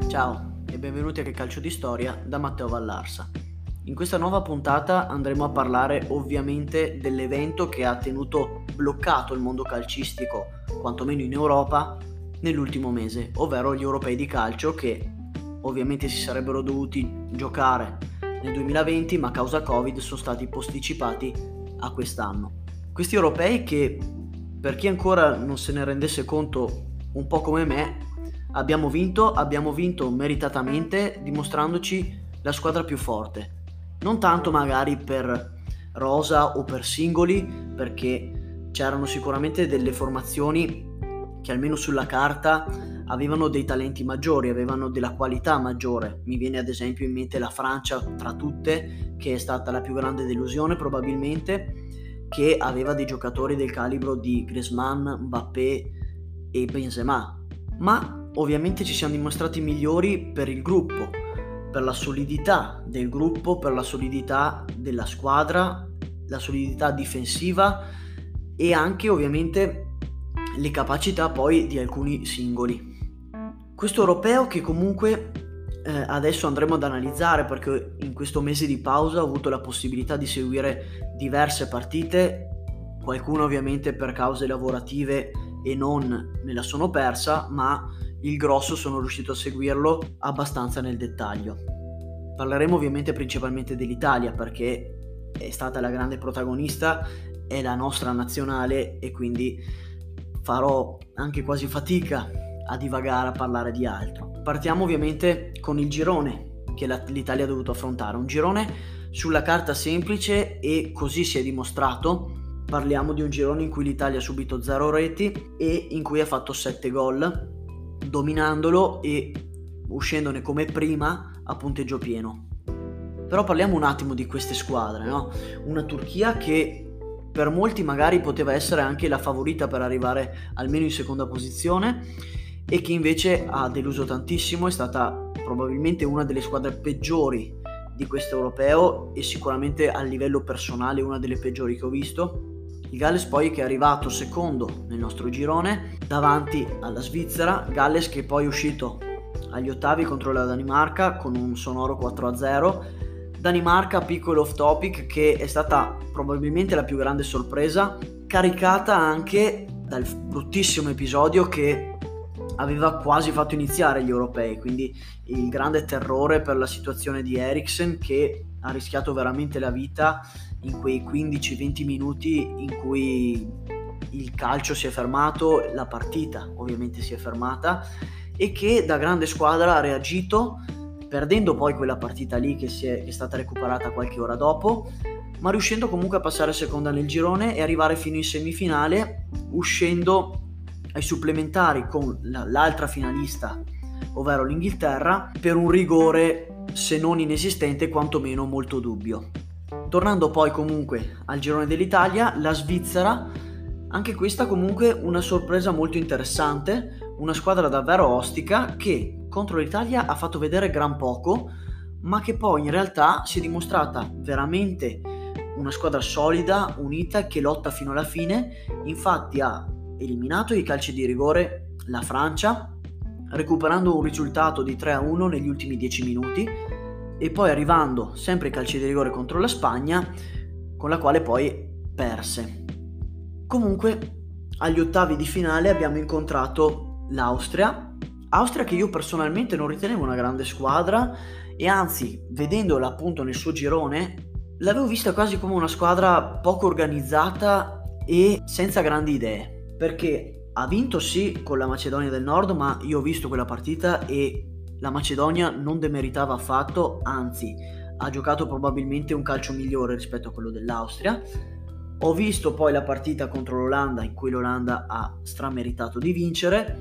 Ciao e benvenuti a Che Calcio di Storia da Matteo Vallarsa. In questa nuova puntata andremo a parlare ovviamente dell'evento che ha tenuto bloccato il mondo calcistico, quantomeno in Europa, nell'ultimo mese, ovvero gli europei di calcio che ovviamente si sarebbero dovuti giocare nel 2020, ma a causa Covid sono stati posticipati a quest'anno. Questi europei che, per chi ancora non se ne rendesse conto, un po' come me, abbiamo vinto meritatamente, dimostrandoci la squadra più forte. Non tanto magari per rosa o per singoli, perché c'erano sicuramente delle formazioni che almeno sulla carta avevano dei talenti maggiori, avevano della qualità maggiore. Mi viene ad esempio in mente la Francia tra tutte, che è stata la più grande delusione probabilmente, che aveva dei giocatori del calibro di Griezmann, Mbappé e Benzema. Ma ovviamente ci siamo dimostrati migliori per il gruppo, per la solidità del gruppo, per la solidità della squadra, la solidità difensiva e anche ovviamente le capacità poi di alcuni singoli. Questo europeo che comunque adesso andremo ad analizzare, perché in questo mese di pausa ho avuto la possibilità di seguire diverse partite, qualcuna ovviamente per cause lavorative e non me la sono persa, ma il grosso sono riuscito a seguirlo abbastanza nel dettaglio. Parleremo ovviamente principalmente dell'Italia, perché è stata la grande protagonista, è la nostra nazionale e quindi farò anche quasi fatica a divagare a parlare di altro. Partiamo ovviamente con il girone che l'Italia ha dovuto affrontare, un girone sulla carta semplice e così si è dimostrato. Parliamo di un girone in cui l'Italia ha subito 0 reti e in cui ha fatto 7 gol, dominandolo e uscendone come prima a punteggio pieno. Però parliamo un attimo di queste squadre, no? Una Turchia che per molti magari poteva essere anche la favorita per arrivare almeno in seconda posizione e che invece ha deluso tantissimo, è stata probabilmente una delle squadre peggiori di questo europeo e sicuramente a livello personale una delle peggiori che ho visto. Il Galles poi che è arrivato secondo nel nostro girone davanti alla Svizzera, Galles che poi è uscito agli ottavi contro la Danimarca con un sonoro 4-0. Danimarca, piccolo off topic, che è stata probabilmente la più grande sorpresa, caricata anche dal bruttissimo episodio che aveva quasi fatto iniziare gli europei, quindi il grande terrore per la situazione di Eriksen, che ha rischiato veramente la vita in quei 15-20 minuti in cui il calcio si è fermato, la partita ovviamente si è fermata, e che da grande squadra ha reagito, perdendo poi quella partita lì che è stata recuperata qualche ora dopo, ma riuscendo comunque a passare seconda nel girone e arrivare fino in semifinale, uscendo ai supplementari con l'altra finalista, ovvero l'Inghilterra, per un rigore se non inesistente quantomeno molto dubbio. Tornando poi comunque al girone dell'Italia, la Svizzera, anche questa comunque una sorpresa molto interessante, una squadra davvero ostica che contro l'Italia ha fatto vedere gran poco, ma che poi in realtà si è dimostrata veramente una squadra solida, unita, che lotta fino alla fine. Infatti ha eliminato i calci di rigore la Francia, recuperando un risultato di 3-1 negli ultimi 10 minuti e poi arrivando sempre ai calci di rigore contro la Spagna, con la quale poi perse. Comunque agli ottavi di finale abbiamo incontrato l'Austria che io personalmente non ritenevo una grande squadra e anzi, vedendola appunto nel suo girone, l'avevo vista quasi come una squadra poco organizzata e senza grandi idee, perché ha vinto sì con la Macedonia del Nord, ma io ho visto quella partita e la Macedonia non demeritava affatto, anzi ha giocato probabilmente un calcio migliore rispetto a quello dell'Austria. Ho visto poi la partita contro l'Olanda in cui l'Olanda ha strameritato di vincere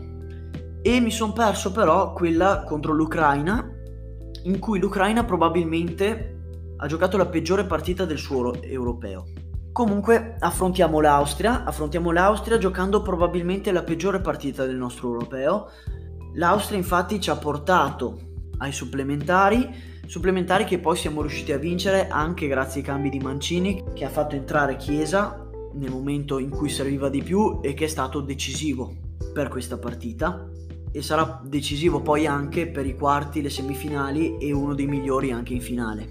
e mi sono perso però quella contro l'Ucraina, in cui l'Ucraina probabilmente ha giocato la peggiore partita del suo europeo. Comunque affrontiamo l'Austria giocando probabilmente la peggiore partita del nostro europeo. L'Austria infatti ci ha portato ai supplementari che poi siamo riusciti a vincere anche grazie ai cambi di Mancini, che ha fatto entrare Chiesa nel momento in cui serviva di più e che è stato decisivo per questa partita. e sarà decisivo poi anche per i quarti, le semifinali e uno dei migliori anche in finale.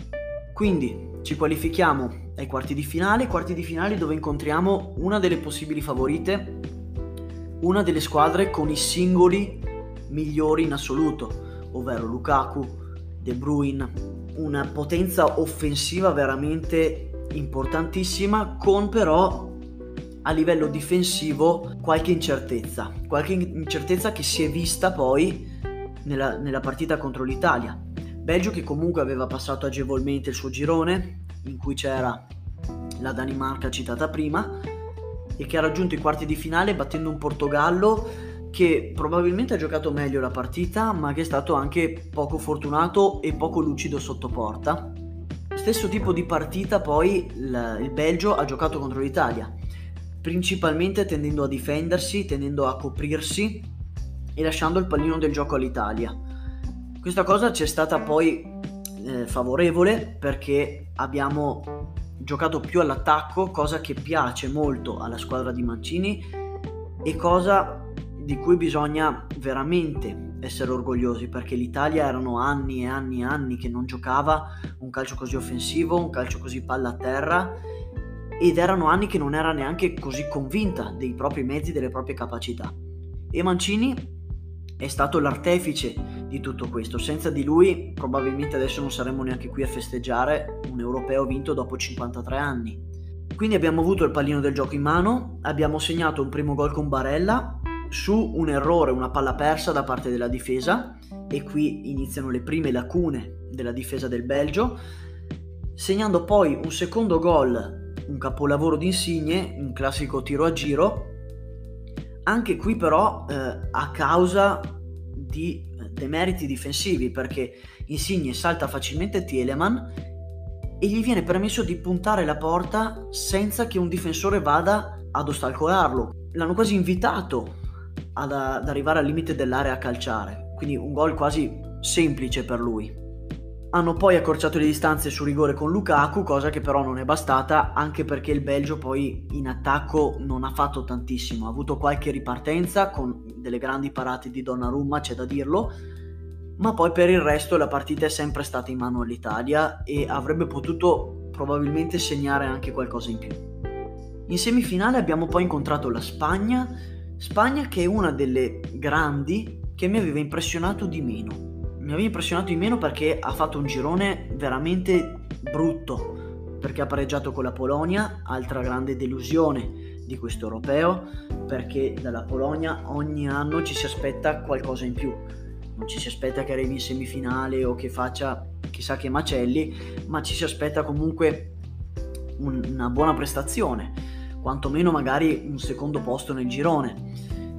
Quindi ci qualifichiamo ai quarti di finale dove incontriamo una delle possibili favorite, una delle squadre con i singoli migliori in assoluto, ovvero Lukaku, De Bruyne, una potenza offensiva veramente importantissima, con però a livello difensivo qualche incertezza che si è vista poi nella partita contro l'Italia. Belgio che comunque aveva passato agevolmente il suo girone, in cui c'era la Danimarca citata prima, e che ha raggiunto i quarti di finale battendo un Portogallo che probabilmente ha giocato meglio la partita, ma che è stato anche poco fortunato e poco lucido sotto porta. Stesso tipo di partita poi il Belgio ha giocato contro l'Italia, principalmente tendendo a difendersi, tendendo a coprirsi e lasciando il pallino del gioco all'Italia. Questa cosa ci è stata poi favorevole, perché abbiamo giocato più all'attacco, cosa che piace molto alla squadra di Mancini e cosa di cui bisogna veramente essere orgogliosi, perché l'Italia erano anni e anni e anni che non giocava un calcio così offensivo, un calcio così palla a terra, ed erano anni che non era neanche così convinta dei propri mezzi, delle proprie capacità. E Mancini è stato l'artefice di tutto questo. Senza di lui probabilmente adesso non saremmo neanche qui a festeggiare un europeo vinto dopo 53 anni. Quindi abbiamo avuto il pallino del gioco in mano, abbiamo segnato un primo gol con Barella su un errore, una palla persa da parte della difesa, e qui iniziano le prime lacune della difesa del Belgio, segnando poi un secondo gol, un capolavoro di Insigne, un classico tiro a giro, anche qui però a causa di demeriti difensivi, perché Insigne salta facilmente Tielemans e gli viene permesso di puntare la porta senza che un difensore vada ad ostacolarlo. L'hanno quasi invitato ad arrivare al limite dell'area a calciare, quindi un gol quasi semplice per lui. Hanno poi accorciato le distanze su rigore con Lukaku, cosa che però non è bastata, anche perché il Belgio poi in attacco non ha fatto tantissimo, ha avuto qualche ripartenza con delle grandi parate di Donnarumma, c'è da dirlo, ma poi per il resto la partita è sempre stata in mano all'Italia e avrebbe potuto probabilmente segnare anche qualcosa in più. In semifinale abbiamo poi incontrato la Spagna che è una delle grandi che mi aveva impressionato di meno. Mi aveva impressionato di meno perché ha fatto un girone veramente brutto, perché ha pareggiato con la Polonia, altra grande delusione di questo europeo, perché dalla Polonia ogni anno ci si aspetta qualcosa in più. Non ci si aspetta che arrivi in semifinale o che faccia chissà che macelli, ma ci si aspetta comunque una buona prestazione, quantomeno magari un secondo posto nel girone,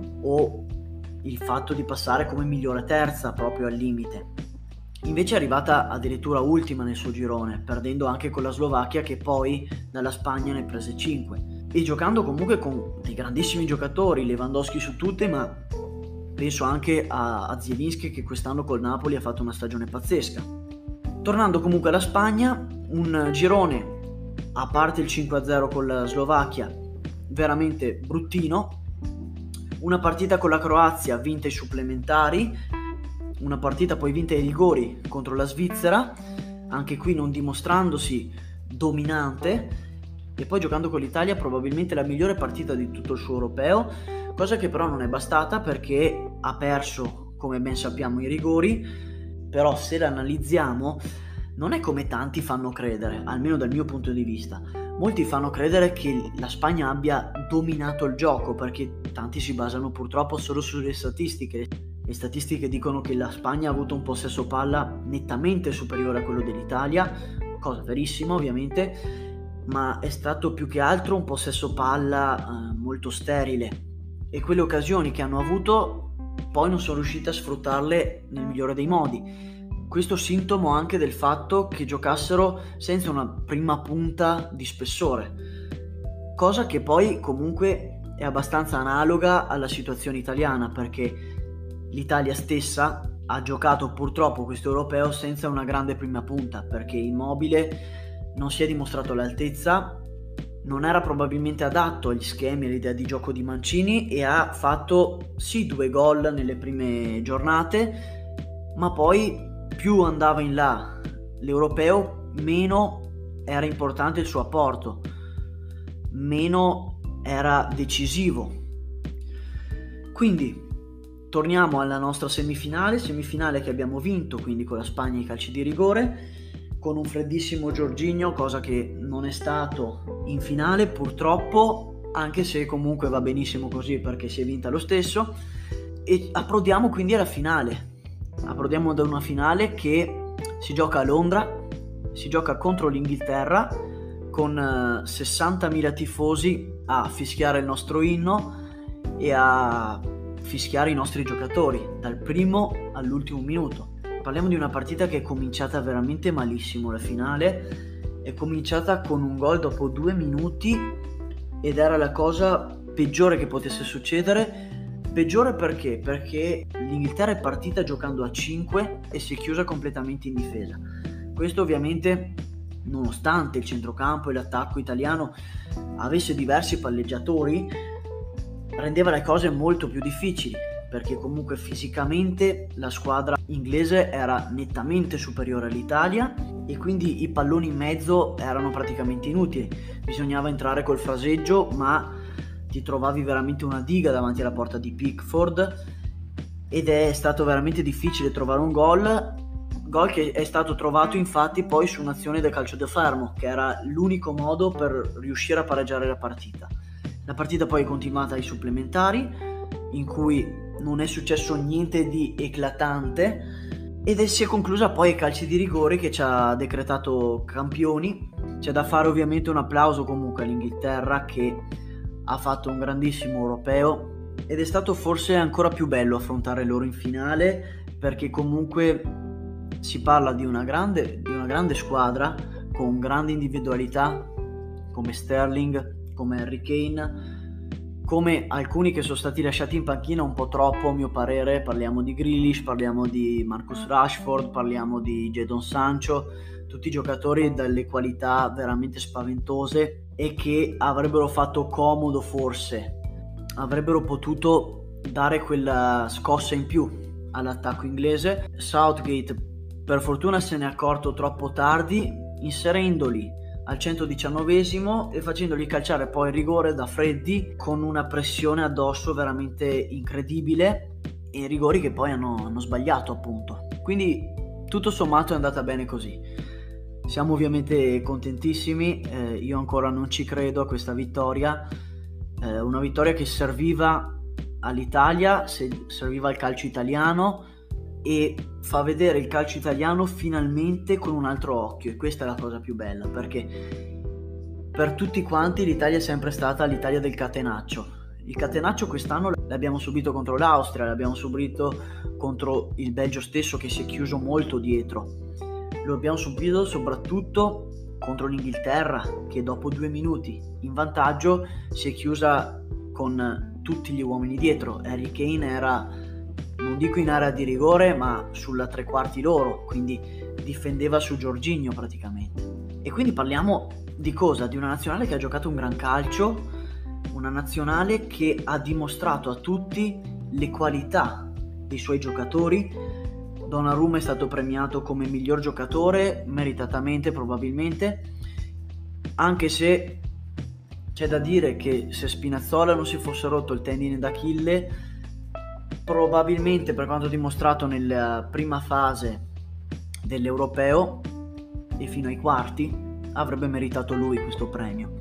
o il fatto di passare come migliore terza proprio al limite. Invece è arrivata addirittura ultima nel suo girone, perdendo anche con la Slovacchia, che poi dalla Spagna ne prese 5, e giocando comunque con dei grandissimi giocatori, Lewandowski su tutte, ma penso anche a Zielinski, che quest'anno col Napoli ha fatto una stagione pazzesca. Tornando comunque alla Spagna, un girone, a parte il 5-0 con la Slovacchia, veramente bruttino, una partita con la Croazia vinta ai supplementari, una partita poi vinta ai rigori contro la Svizzera, anche qui non dimostrandosi dominante, e poi giocando con l'Italia probabilmente la migliore partita di tutto il suo europeo, cosa che però non è bastata perché ha perso, come ben sappiamo, i rigori. Però se l'analizziamo non è come tanti fanno credere, almeno dal mio punto di vista. Molti fanno credere che la Spagna abbia dominato il gioco, perché tanti si basano purtroppo solo sulle statistiche. Le statistiche dicono che la Spagna ha avuto un possesso palla nettamente superiore a quello dell'Italia, cosa verissima ovviamente, ma è stato più che altro un possesso palla molto sterile, e quelle occasioni che hanno avuto poi non sono riusciti a sfruttarle nel migliore dei modi. Questo sintomo anche del fatto che giocassero senza una prima punta di spessore, cosa che poi comunque è abbastanza analoga alla situazione italiana, perché l'Italia stessa ha giocato purtroppo questo europeo senza una grande prima punta, perché Immobile non si è dimostrato all'altezza non era probabilmente adatto agli schemi e all'idea di gioco di Mancini e ha fatto sì 2 gol nelle prime giornate, ma poi più andava in là l'europeo, meno era importante il suo apporto, meno era decisivo. Quindi torniamo alla nostra semifinale che abbiamo vinto, quindi con la Spagna ai calci di rigore, con un freddissimo Jorginho, cosa che non è stato in finale purtroppo, anche se comunque va benissimo così perché si è vinta lo stesso. E approdiamo quindi alla finale. Approdiamo da una finale che si gioca a Londra, si gioca contro l'Inghilterra, con 60.000 tifosi a fischiare il nostro inno e a fischiare i nostri giocatori dal primo all'ultimo minuto. Parliamo di una partita che è cominciata veramente malissimo. La finale è cominciata con un gol dopo 2 minuti ed era la cosa peggiore che potesse succedere. Peggiore perché? Perché l'Inghilterra è partita giocando a 5 e si è chiusa completamente in difesa. Questo ovviamente nonostante il centrocampo e l'attacco italiano avesse diversi palleggiatori, rendeva le cose molto più difficili, perché comunque fisicamente la squadra inglese era nettamente superiore all'Italia e quindi i palloni in mezzo erano praticamente inutili. Bisognava entrare col fraseggio, ma ti trovavi veramente una diga davanti alla porta di Pickford ed è stato veramente difficile trovare un gol che è stato trovato infatti poi su un'azione del calcio da fermo, che era l'unico modo per riuscire a pareggiare la partita. La partita poi è continuata ai supplementari, in cui non è successo niente di eclatante ed si è conclusa poi ai calci di rigore che ci ha decretato campioni. C'è da fare ovviamente un applauso comunque all'Inghilterra, che ha fatto un grandissimo europeo ed è stato forse ancora più bello affrontare loro in finale, perché comunque si parla di una grande squadra con grandi individualità come Sterling, come Harry Kane, come alcuni che sono stati lasciati in panchina un po' troppo a mio parere. Parliamo di Grealish, parliamo di Marcus Rashford, parliamo di Jadon Sancho, tutti giocatori dalle qualità veramente spaventose e che avrebbero fatto comodo, forse avrebbero potuto dare quella scossa in più all'attacco inglese. Southgate per fortuna se ne è accorto troppo tardi, inserendoli al 119esimo e facendoli calciare poi il rigore da freddi, con una pressione addosso veramente incredibile, e rigori che poi hanno sbagliato appunto. Quindi tutto sommato è andata bene così. Siamo ovviamente contentissimi, io ancora non ci credo a questa vittoria, una vittoria che serviva all'Italia, serviva al calcio italiano e fa vedere il calcio italiano finalmente con un altro occhio, e questa è la cosa più bella, perché per tutti quanti l'Italia è sempre stata l'Italia del catenaccio. Il catenaccio quest'anno l'abbiamo subito contro l'Austria, l'abbiamo subito contro il Belgio stesso che si è chiuso molto dietro, lo abbiamo subito soprattutto contro l'Inghilterra che dopo 2 minuti in vantaggio si è chiusa con tutti gli uomini dietro. Harry Kane era, non dico in area di rigore, ma sulla 3/4 loro, quindi difendeva su Jorginho praticamente. E quindi parliamo di cosa? Di una nazionale che ha giocato un gran calcio, una nazionale che ha dimostrato a tutti le qualità dei suoi giocatori. Donnarumma è stato premiato come miglior giocatore, meritatamente probabilmente, anche se c'è da dire che se Spinazzola non si fosse rotto il tendine d'Achille, probabilmente, per quanto dimostrato nella prima fase dell'Europeo e fino ai quarti, avrebbe meritato lui questo premio.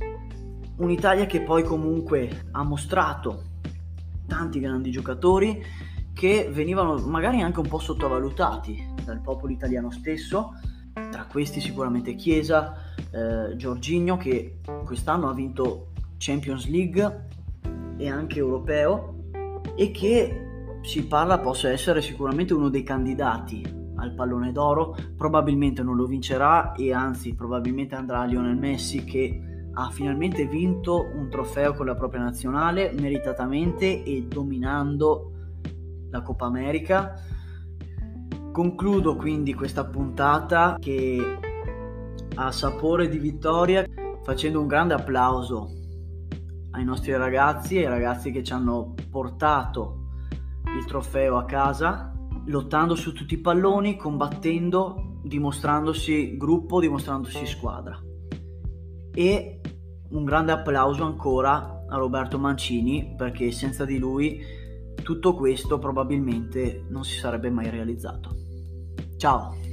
Un'Italia che poi comunque ha mostrato tanti grandi giocatori che venivano magari anche un po' sottovalutati dal popolo italiano stesso, tra questi sicuramente Chiesa, Jorginho, che quest'anno ha vinto Champions League e anche Europeo e che si parla possa essere sicuramente uno dei candidati al pallone d'oro. Probabilmente non lo vincerà e anzi probabilmente andrà a Lionel Messi, che ha finalmente vinto un trofeo con la propria nazionale meritatamente e dominando la Coppa America. Concludo quindi questa puntata che ha sapore di vittoria, facendo un grande applauso ai nostri ragazzi e ai ragazzi che ci hanno portato il trofeo a casa, lottando su tutti i palloni, combattendo, dimostrandosi gruppo, dimostrandosi squadra. E un grande applauso ancora a Roberto Mancini, perché senza di lui tutto questo probabilmente non si sarebbe mai realizzato. Ciao!